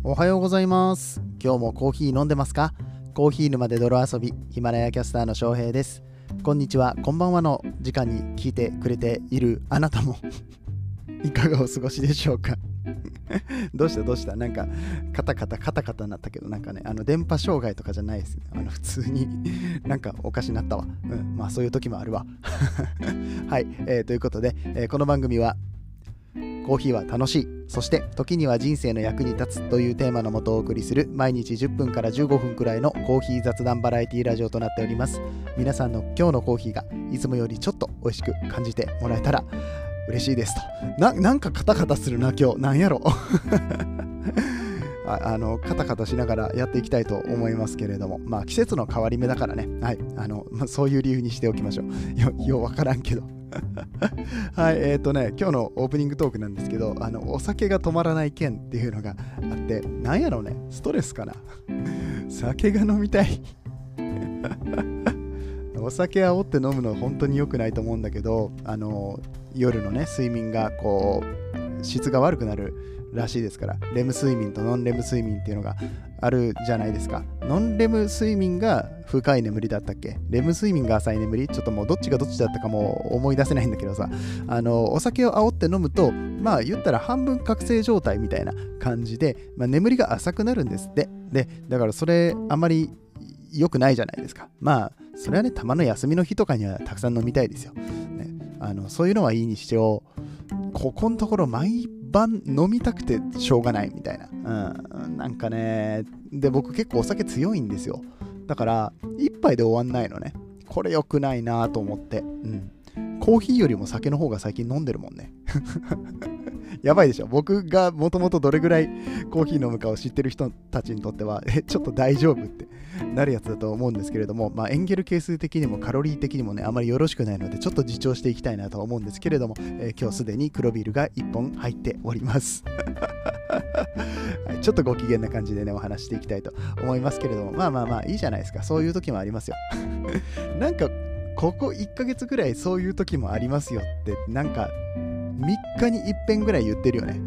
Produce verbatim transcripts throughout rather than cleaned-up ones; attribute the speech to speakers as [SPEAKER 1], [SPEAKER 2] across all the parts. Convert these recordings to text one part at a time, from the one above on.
[SPEAKER 1] おはようございます。今日もコーヒー飲んでますか？コーヒー沼で泥遊び、ヒマラヤキャスターの翔平です。こんにちは、こんばんはの時間に聞いてくれているあなたもいかがお過ごしでしょうか？どうしたどうしたなんかカタカタカタカタなったけど、なんかね、あの電波障害とかじゃないです。あの普通になんかおかしなったわ。うん、まあそういう時もあるわ。はい、えー、ということで、えー、この番組はコーヒーは楽しい、そして時には人生の役に立つというテーマのもとお送りする毎日じゅっぷんからじゅうごふんくらいのコーヒー雑談バラエティラジオとなっております。皆さんの今日のコーヒーがいつもよりちょっと美味しく感じてもらえたら嬉しいですと。 な, なんかカタカタするな今日、なんやろあ, あのカタカタしながらやっていきたいと思いますけれども、まあ季節の変わり目だからね、はい、あの、まあ、そういう理由にしておきましょう。よようわからんけどはい、えっ、ー、とね、今日のオープニングトークなんですけど、あのお酒が止まらない件っていうのがあって、なんやろうね、ストレスかな。酒が飲みたいお酒煽って飲むの本当に良くないと思うんだけど、あの夜のね睡眠がこう質が悪くなるらしいですから、レム睡眠とノンレム睡眠っていうのがあるじゃないですか。ノンレム睡眠が深い眠りだったっけ、レム睡眠が浅い眠り、ちょっともうどっちがどっちだったかも思い出せないんだけどさ、あのお酒を煽って飲むと、まあ言ったら半分覚醒状態みたいな感じで、まあ、眠りが浅くなるんですって。でだからそれあんまり良くないじゃないですか。まあそれはね、たまの休みの日とかにはたくさん飲みたいですよ、ね、あのそういうのはいいにしてよ、ここのところ毎晩飲みたくてしょうがないみたいな、うん、なんかね、で僕結構お酒強いんですよ。だから一杯で終わんないのね。これ良くないなと思って、うん、コーヒーよりも酒の方が最近飲んでるもんね。やばいでしょ。僕がもともとどれぐらいコーヒー飲むかを知ってる人たちにとっては、えちょっと大丈夫ってなるやつだと思うんですけれども、まあ、エンゲル係数的にもカロリー的にもね、あまりよろしくないので、ちょっと自重していきたいなと思うんですけれども、えー、今日すでに黒ビールがいっぽん入っております。はい、ちょっとご機嫌な感じでね、お話していきたいと思いますけれども、まあまあまあいいじゃないですか。そういう時もありますよ。なんかここいっかげつぐらいそういう時もありますよってなんかみっかに一遍ぐらい言ってるよね。うん。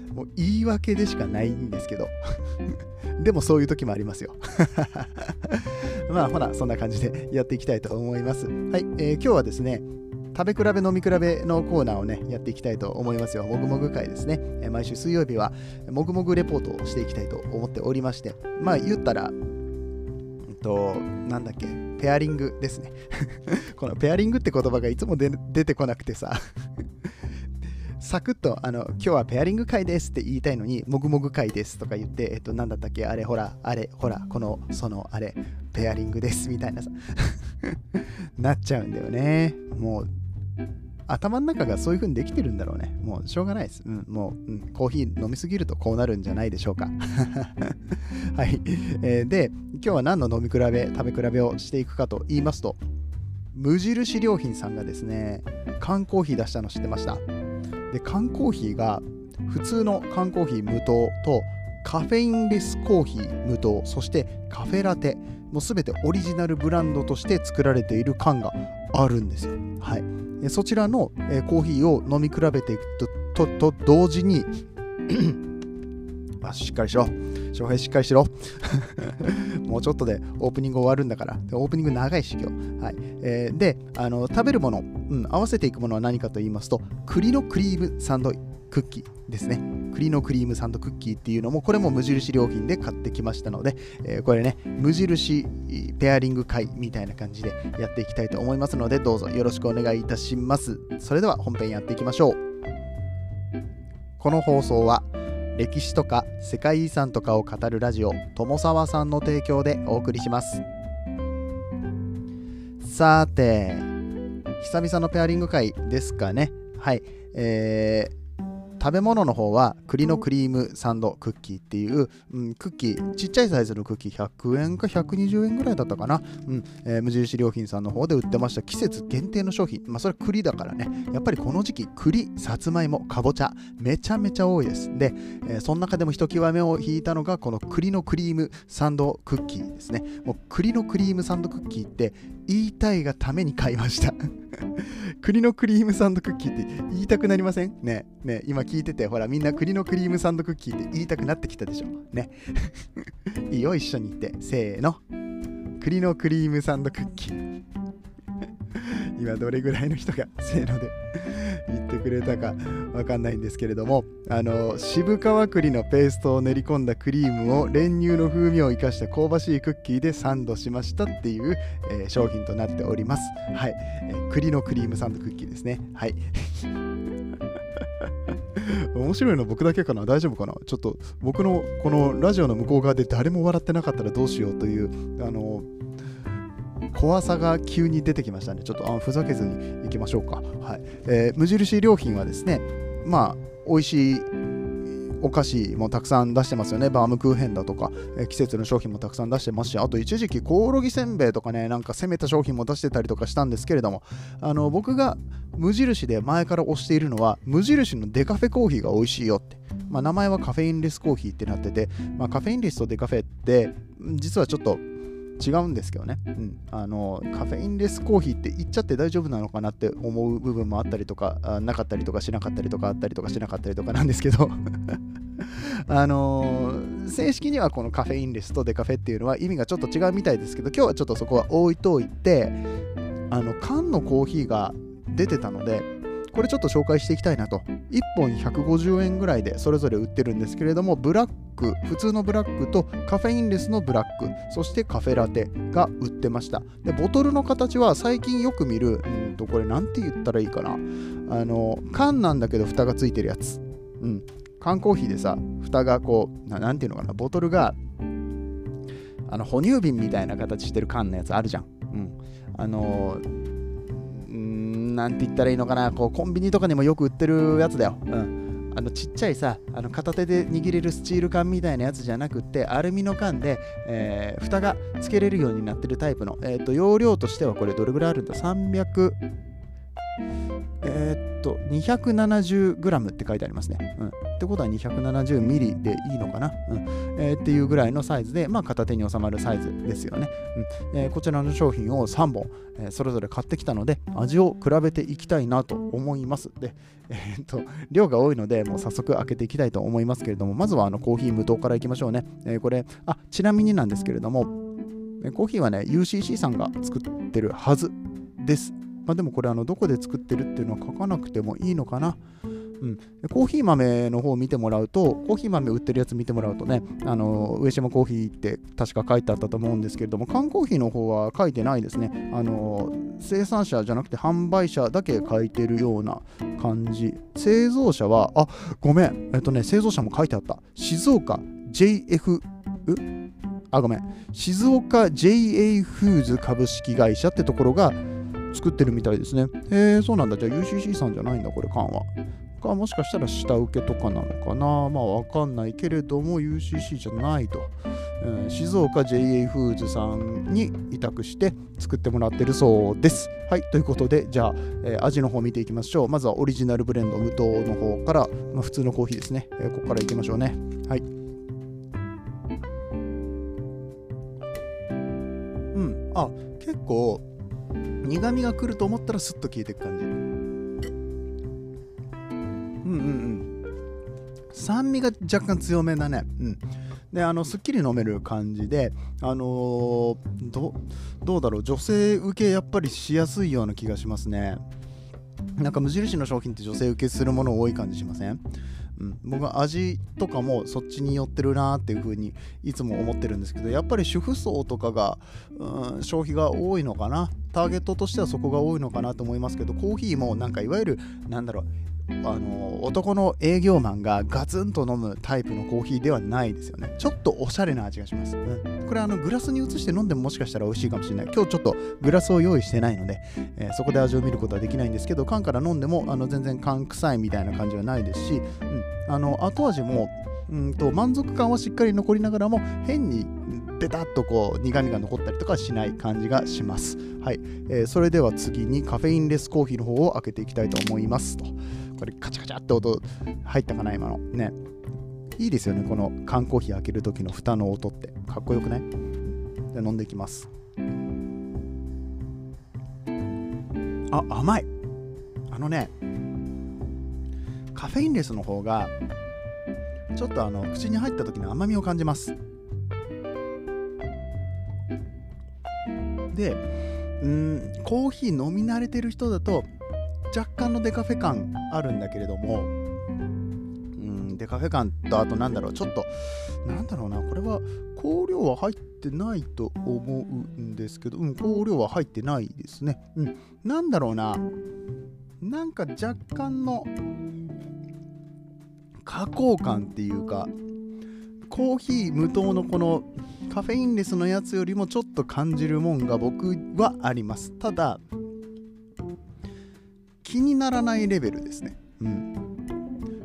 [SPEAKER 1] もう言い訳でしかないんですけど。でもそういう時もありますよ。まあほら、そんな感じでやっていきたいと思います。はい、えー、今日はですね、食べ比べ飲み比べのコーナーをね、やっていきたいと思いますよ。もぐもぐ会ですね。えー、毎週水曜日はもぐもぐレポートをしていきたいと思っておりまして、まあ言ったら、えっと、なんだっけ、ペアリングですね。このペアリングって言葉がいつもで出てこなくてさ。サクッとあの今日はペアリング会ですって言いたいのに、もぐもぐ会ですとか言って、えっとなんだったっけ、あれほらあれほらこのそのあれペアリングですみたいなさなっちゃうんだよね。もう頭の中がそういう風にできてるんだろうね。もうしょうがないです。うん、もう、うん、コーヒー飲みすぎるとこうなるんじゃないでしょうか。はい、えー、で今日は何の飲み比べ食べ比べをしていくかと言いますと、無印良品さんがですね、缶コーヒー出したの知ってました？で缶コーヒーが普通の缶コーヒー無糖とカフェインレスコーヒー無糖、そしてカフェラテもすべてオリジナルブランドとして作られている缶があるんですよ。はい、でそちらの、えー、コーヒーを飲み比べていくと、と、と同時にあしっかりしろ翔平、しっかりしろもうちょっとでオープニング終わるんだから。でオープニング長いし今日、はい、えー、であの食べるもの、うん、合わせていくものは何かと言いますと、栗のクリームサンドクッキーですね。栗のクリームサンドクッキーっていうのも、これも無印良品で買ってきましたので、えー、これね、無印ペアリング会みたいな感じでやっていきたいと思いますので、どうぞよろしくお願いいたします。それでは本編やっていきましょう。この放送は歴史とか世界遺産とかを語るラジオ友沢さんの提供でお送りします。さて、久々のペアリング会ですかね。はい、えー食べ物の方は栗のクリームサンドクッキーっていう、うん、クッキー、ちっちゃいサイズのクッキーひゃくえんかひゃくにじゅうえんぐらいだったかな、うんえー、無印良品さんの方で売ってました季節限定の商品。まあそれは栗だからね、やっぱりこの時期栗、さつまいも、かぼちゃめちゃめちゃ多いです。で、えー、その中でもひときわ目を引いたのがこの栗のクリームサンドクッキーですね。もう栗のクリームサンドクッキーって言いたいがために買いました栗のクリームサンドクッキーって言いたくなりませんね。ね、今聞聞いてて、ほらみんな栗のクリームサンドクッキーって言いたくなってきたでしょね。いいよ、一緒に言って、せーの、栗のクリームサンドクッキー。今どれぐらいの人がせーので言ってくれたかわかんないんですけれども、あの渋皮栗のペーストを練り込んだクリームを練乳の風味を生かした香ばしいクッキーでサンドしましたっていう、えー、商品となっております。はい、えー、栗のクリームサンドクッキーですね。はい。面白いの僕だけかな、大丈夫かな。ちょっと僕のこのラジオの向こう側で誰も笑ってなかったらどうしようというあの怖さが急に出てきましたね。ちょっとあふざけずにいきましょうか。はい、えー、無印良品はですね、まあ美味しいお菓子もたくさん出してますよね。バームクーヘンだとか、えー、季節の商品もたくさん出してますし、あと一時期コオロギせんべいとかね、なんか攻めた商品も出してたりとかしたんですけれども、あの僕が無印で前から推しているのは、無印のデカフェコーヒーが美味しいよって、まあ、名前はカフェインレスコーヒーってなってて、まあ、カフェインレスとデカフェって実はちょっと違うんですけどね、うん、あのカフェインレスコーヒーって言っちゃって大丈夫なのかなって思う部分もあったりとか、あなかったりとかしなかったりとかあったりとかしなかったりとかなんですけどあのー、正式にはこのカフェインレスとデカフェっていうのは意味がちょっと違うみたいですけど、今日はちょっとそこは置いといて、あの缶のコーヒーが出てたので、これちょっと紹介していきたいなと。いっぽんひゃくごじゅうえんぐらいでそれぞれ売ってるんですけれども、ブラック、普通のブラックとカフェインレスのブラック、そしてカフェラテが売ってました。で、ボトルの形は最近よく見る、うんとこれなんて言ったらいいかな、あの缶なんだけど蓋がついてるやつ、うん、缶コーヒーでさ、蓋がこう な, なんていうのかな、ボトルがあの哺乳瓶みたいな形してる缶のやつあるじゃん。うん、あのなんて言ったらいいのかな、こうコンビニとかにもよく売ってるやつだよ。うん、あのちっちゃいさ、あの片手で握れるスチール缶みたいなやつじゃなくって、アルミの缶で、えー、蓋がつけれるようになってるタイプの、えーと、容量としてはこれどれぐらいあるんだ、さんびゃく、えーっと にひゃくななじゅうグラム って書いてありますね。うん、ってことは にひゃくななじゅうミリ でいいのかな、うん、えー、っていうぐらいのサイズで、まあ、片手に収まるサイズですよね。うん、えー、こちらの商品をさんぼん、えー、それぞれ買ってきたので、味を比べていきたいなと思います。で、えー、っと量が多いので、もう早速開けていきたいと思いますけれども、まずはあのコーヒー無糖からいきましょうね。えー、これあちなみになんですけれども、コーヒーはね ユーシーシー さんが作ってるはずです。まあ、でもこれあのどこで作ってるっていうのは書かなくてもいいのかな。うん、コーヒー豆の方を見てもらうと、コーヒー豆売ってるやつ見てもらうとね、あの上島コーヒーって確か書いてあったと思うんですけれども、缶コーヒーの方は書いてないですね。あの生産者じゃなくて販売者だけ書いてるような感じ。製造者は、あ、ごめん、えっとね、製造者も書いてあった。静岡 ジェイエフ、あ、ごめん、静岡 ジェイエー フーズ株式会社ってところが作ってるみたいですね。へえ、そうなんだ。じゃあ ユーシーシー さんじゃないんだ、これ、缶は。か、もしかしたら下請けとかなのかな。まあ、わかんないけれども、ユーシーシー じゃないと。うん、静岡 ジェイエー フーズさんに委託して作ってもらってるそうです。はい、ということで、じゃあ、えー、味の方見ていきましょう。まずはオリジナルブレンド無糖の方から、まあ、普通のコーヒーですね。えー、ここからいきましょうね。はい。うん、あ、結構、苦味が来ると思ったらスッと消えていく感じ。うんうんうん。酸味が若干強めだね。うん。で、あの、すっきり飲める感じで、あのー、ど、どうだろう、女性受けやっぱりしやすいような気がしますね。なんか無印の商品って女性受けするもの多い感じしません？うん、僕は味とかもそっちに寄ってるなーっていう風にいつも思ってるんですけど、やっぱり主婦層とかが、うん、消費が多いのかな、ターゲットとしてはそこが多いのかなと思いますけど、コーヒーもなんかいわゆるなんだろう、あの男の営業マンがガツンと飲むタイプのコーヒーではないですよね。ちょっとおしゃれな味がします。うん、これあのグラスに移して飲んでももしかしたら美味しいかもしれない。今日ちょっとグラスを用意してないので、えー、そこで味を見ることはできないんですけど、缶から飲んでもあの全然缶臭いみたいな感じはないですし、うん、あの後味もうんと満足感はしっかり残りながらも、変にベタッとこう苦味が残ったりとかはしない感じがします。はい、えー、それでは次にカフェインレスコーヒーの方を開けていきたいと思いますと。これカチャカチャって音入ったかな、今のね。いいですよね、この缶コーヒー開ける時の蓋の音ってかっこよくない？じゃあ飲んでいきます。あ、甘い。あのね、 カフェインレスの方がちょっとあの口に入った時の甘みを感じます。で、うーんコーヒー飲み慣れてる人だと若干のデカフェ感あるんだけれども、うんデカフェ感と、あとなんだろう、ちょっとなんだろうな、これは香料は入ってないと思うんですけど、うん、香料は入ってないですね。うん、なんだろうな、なんか若干の加工感っていうか、コーヒー無糖のこのカフェインレスのやつよりもちょっと感じるもんが僕はあります。ただ気にならないレベルですね。うん、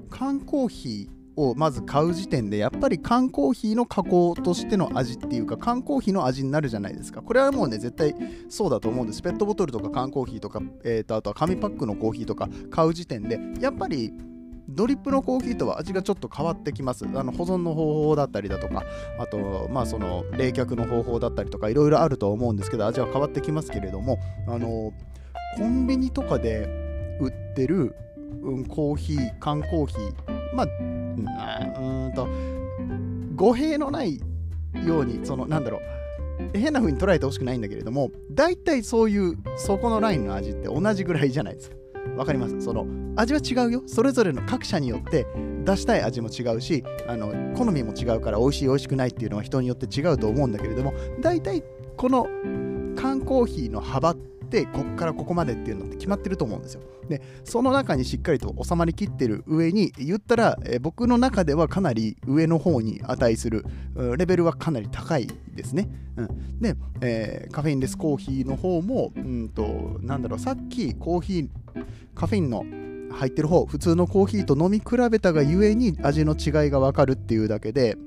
[SPEAKER 1] 缶コーヒーをまず買う時点でやっぱり缶コーヒーの加工としての味っていうか、缶コーヒーの味になるじゃないですか。これはもうね絶対そうだと思うんです。ペットボトルとか缶コーヒーとか、えーと、あとは紙パックのコーヒーとか買う時点でやっぱりドリップのコーヒーとは味がちょっと変わってきます。あの保存の方法だったりだとか、あとまあその冷却の方法だったりとかいろいろあると思うんですけど、味は変わってきますけれども、あのコンビニとかで売ってる、うん、コーヒー缶コーヒー、まあうーんと語弊のないように、そのなんだろう、変な風に捉えてほしくないんだけれども、だいたいそういうそこのラインの味って同じぐらいじゃないですか。わかります？その味は違うよ。それぞれの各社によって出したい味も違うし、あの好みも違うから美味しい美味しくないっていうのは人によって違うと思うんだけれども、だいたいこの缶コーヒーの幅ってこっからここまでっていうのって決まってると思うんですよ。でその中にしっかりと収まりきってる上に、言ったら、えー、僕の中ではかなり上の方に値するレベルはかなり高いですね。うん、で、えー、カフェインレスコーヒーの方もうんとなんだろう、さっきコーヒーカフェインの入ってる方、普通のコーヒーと飲み比べたがゆえに味の違いが分かるっていうだけで、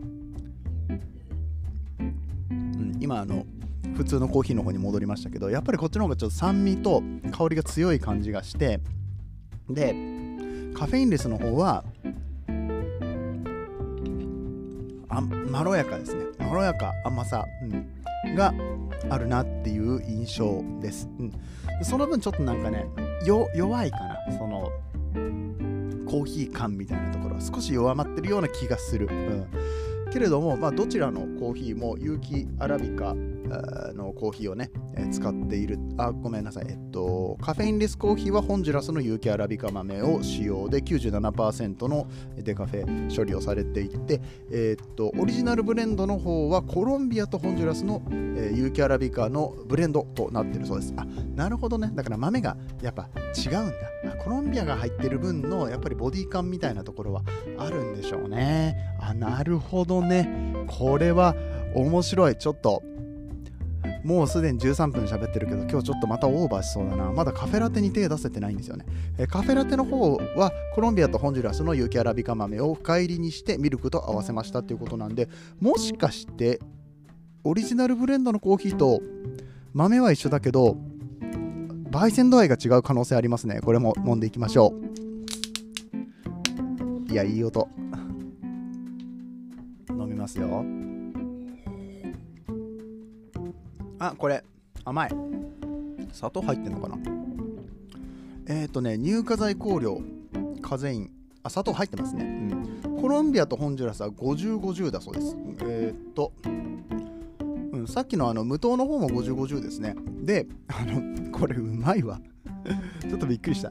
[SPEAKER 1] うん、今あの普通のコーヒーの方に戻りましたけど、やっぱりこっちの方がちょっと酸味と香りが強い感じがして、でカフェインレスの方はあまろやかですね。まろやか甘さ、うん、があるなっていう印象です。うん、その分ちょっとなんかねよ弱いかな、そのコーヒー感みたいなところは少し弱まってるような気がする。うん、けれども、まあ、どちらのコーヒーも有機アラビカのコーヒーをね、えー、使っている。あ、ごめんなさい。えっと、カフェインレスコーヒーはホンジュラスの有機アラビカ豆を使用で きゅうじゅうななパーセント のデカフェ処理をされていて、えー、っと、オリジナルブレンドの方はコロンビアとホンジュラスの、えー、有機アラビカのブレンドとなっているそうです。あ、なるほどね。だから豆がやっぱ違うんだ。コロンビアが入ってる分のやっぱりボディ感みたいなところはあるんでしょうね。あ、なるほどね。これは面白い。ちょっともうすでにじゅうさんぷん喋ってるけど、今日ちょっとまたオーバーしそうだな。まだカフェラテに手出せてないんですよね。えカフェラテの方はコロンビアとホンジュラスの有機アラビカ豆を深入りにしてミルクと合わせましたっていうことなんで、もしかしてオリジナルブレンドのコーヒーと豆は一緒だけど焙煎度合いが違う可能性ありますね。これも飲んでいきましょう。いや、いい音。飲みますよ。あ、これ甘い。砂糖入ってんのかな。えっとね、乳化剤香料、カゼイン、あ、砂糖入ってますね。うん、コロンビアとホンジュラスはごじゅうごじゅうだそうです。えっと、うん、さっきのあの無糖の方もごじゅうごじゅうですね。で、あのこれうまいわ。ちょっとびっくりした。あ、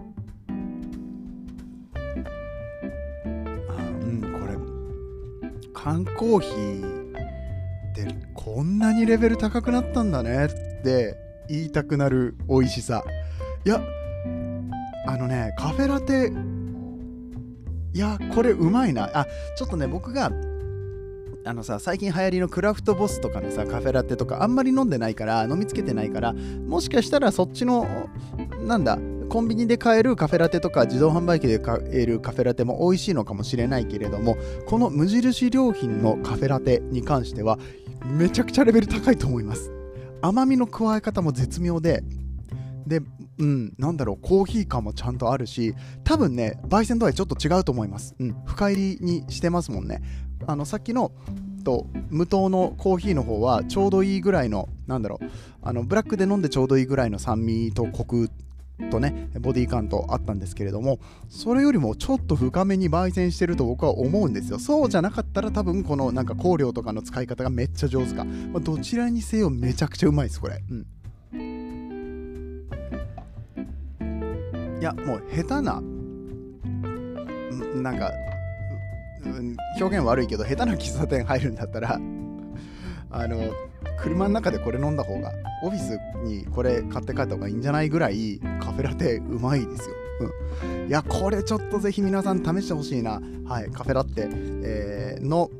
[SPEAKER 1] うん、これ缶コーヒーでこんなにレベル高くなったんだねって言いたくなる美味しさ。いや、あのね、カフェラテ、いや、これうまいな。あ、ちょっとね、僕があのさ、最近流行りのクラフトボスとかのさ、カフェラテとかあんまり飲んでないから、飲みつけてないから、もしかしたらそっちのなんだコンビニで買えるカフェラテとか自動販売機で買えるカフェラテも美味しいのかもしれないけれども、この無印良品のカフェラテに関してはめちゃくちゃレベル高いと思います。甘みの加え方も絶妙で、で、うん、なんだろう、コーヒー感もちゃんとあるし、多分ね、焙煎度合いちょっと違うと思います。うん、深入りにしてますもんね。あのさっきのと無糖のコーヒーの方はちょうどいいぐらいの、なんだろう、あのブラックで飲んでちょうどいいぐらいの酸味とコクとねボディ感とあったんですけれども、それよりもちょっと深めに焙煎してると僕は思うんですよ。そうじゃなかったら多分このなんか香料とかの使い方がめっちゃ上手か、まあ、どちらにせよめちゃくちゃうまいですこれ。うんいやもう下手ななんか表現悪いけど下手な喫茶店入るんだったらあの車の中でこれ飲んだ方が、オフィスにこれ買って帰った方がいいんじゃないぐらいカフェラテうまいですよ。うん、いやこれちょっとぜひ皆さん試してほしいな。はい、カフェラテ、えー、の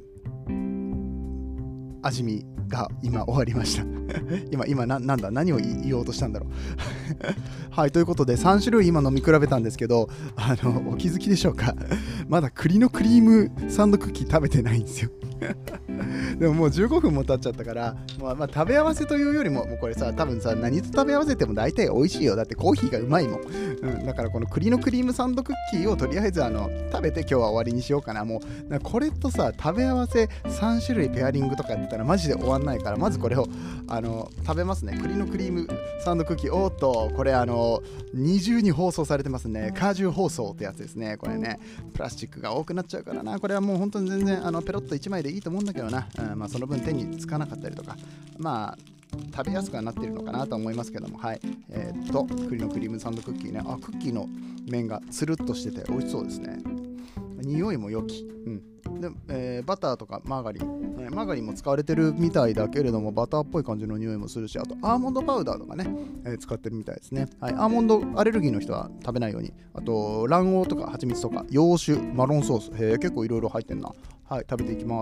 [SPEAKER 1] 味見が今終わりました今今ななんだ何を言おうとしたんだろうはい、ということでさん種類今飲み比べたんですけど、あのお気づきでしょうかまだ栗のクリームサンドクッキー食べてないんですよでももうじゅうごふんも経っちゃったから、まあ、まあ食べ合わせというよりももうこれさ多分さ何と食べ合わせても大体美味しいよ。だってコーヒーがうまいもん、うん、だからこの栗のクリームサンドクッキーをとりあえずあの食べて今日は終わりにしようかな。もうなんかこれとさ食べ合わせさん種類ペアリングとかやってたらマジで終わんないから、まずこれをあの食べますね。栗のクリームサンドクッキー、おーっとこれあのにじゅうに放送されてますね。果汁包装ってやつですね。これねプラスチックが多くなっちゃうからな。これはもう本当に全然あのペロッといちまいでいいと思うんだけどな、うん、まあその分手につかなかったりとか、まあ食べやすくはなってるのかなと思いますけども、はい、えー、っと栗のクリームサンドクッキーね。あ、クッキーの面がつるっとしてて美味しそうですね。匂いも良き、うんでえー、バターとかマーガリン、ね、マーガリンも使われてるみたいだけれどもバターっぽい感じの匂いもするし、あとアーモンドパウダーとかね、えー、使ってるみたいですね。はい、アーモンドアレルギーの人は食べないように。あと卵黄とか蜂蜜とか洋酒、マロンソース、へー結構いろいろ入ってんな。はい、食べていきます。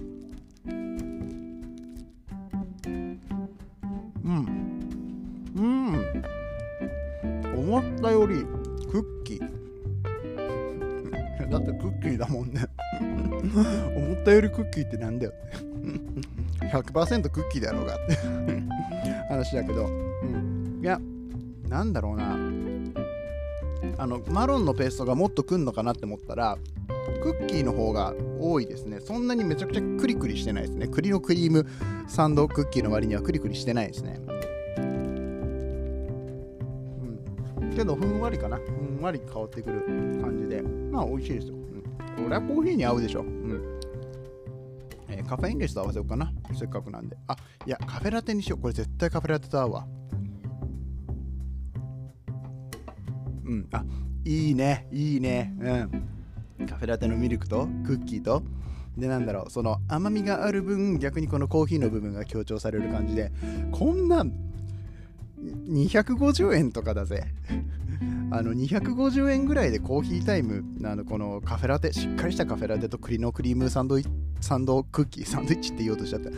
[SPEAKER 1] うんうん思ったよりクッキーだってクッキーだもんね思ったよりクッキーってなんだよひゃくパーセント クッキーだろうがって話だけど、うん、いやなんだろうな、あのマロンのペーストがもっとくんのかなって思ったらクッキーの方が多いですね。そんなにめちゃくちゃクリクリしてないですね。栗のクリームサンドクッキーの割にはクリクリしてないですね。けどふんわりかな、ふんわり香ってくる感じで、まあ美味しいですよ。うん、これはコーヒーに合うでしょ。うんえー、カフェインレスと合わせようかな、せっかくなんで。あ、いやカフェラテにしよう。これ絶対カフェラテと合うわ。うん、あ、いいねいいね。うん、カフェラテのミルクとクッキーとで、なんだろう、その甘みがある分逆にこのコーヒーの部分が強調される感じで、こんなにひゃくごじゅうえんとかだぜあのにひゃくごじゅうえんぐらいでコーヒータイム、あのこのカフェラテ、しっかりしたカフェラテと栗のクリームサンドイサンドクッキー、サンドイッチって言おうとしちゃった。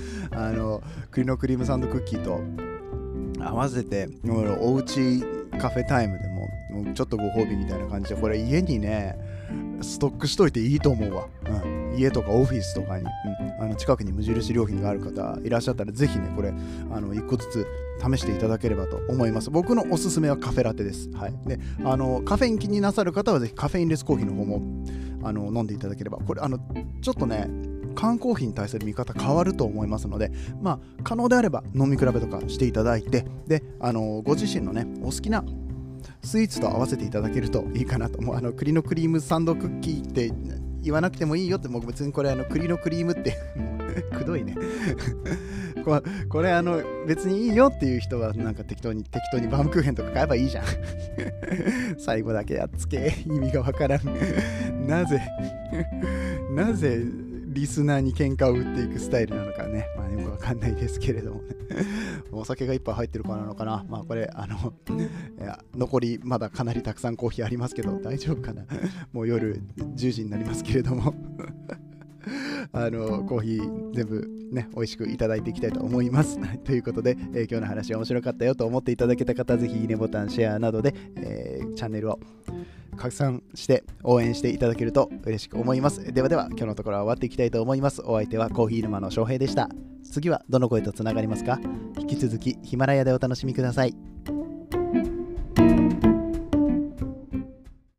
[SPEAKER 1] あの栗のクリームサンドクッキーと合わせて、もうおうちカフェタイムでも、もうちょっとご褒美みたいな感じで、これ家にねストックしといていいと思うわ。うん、家とかオフィスとかに、うん、あの近くに無印良品がある方いらっしゃったらぜひねこれあのいっこずつ試していただければと思います。僕のおすすめはカフェラテです。はい、であのカフェイン気になさる方はぜひカフェインレスコーヒーの方もあの飲んでいただければ、これあのちょっとね缶コーヒーに対する見方変わると思いますので、まあ可能であれば飲み比べとかしていただいて、であのご自身のねお好きなスイーツと合わせていただけるといいかなと。もうあの栗のクリームサンドクッキーって言わなくてもいいよって、僕別にこれあの栗のクリームってくどいねこれ、これあの別にいいよっていう人はなんか適当に適当にバームクーヘンとか買えばいいじゃん最後だけやっつけ、意味がわからんなぜなぜリスナーに喧嘩を売っていくスタイルなのかね、まあよくわかんないですけれどもねお酒がいっぱい入ってるからなのかな。まあこれあのいや残りまだかなりたくさんコーヒーありますけど大丈夫かなもう夜じゅうじになりますけれどもあのコーヒー全部ね美味しくいただいていきたいと思いますということで、えー、今日の話面白かったよと思っていただけた方はぜひいいねボタン、シェアなどで、えー、チャンネルを拡散して応援していただけると嬉しく思います。ではでは今日のところは終わっていきたいと思います。お相手はコーヒー沼の翔平でした。次はどの声とつながりますか？引き続きヒマラヤでお楽しみください。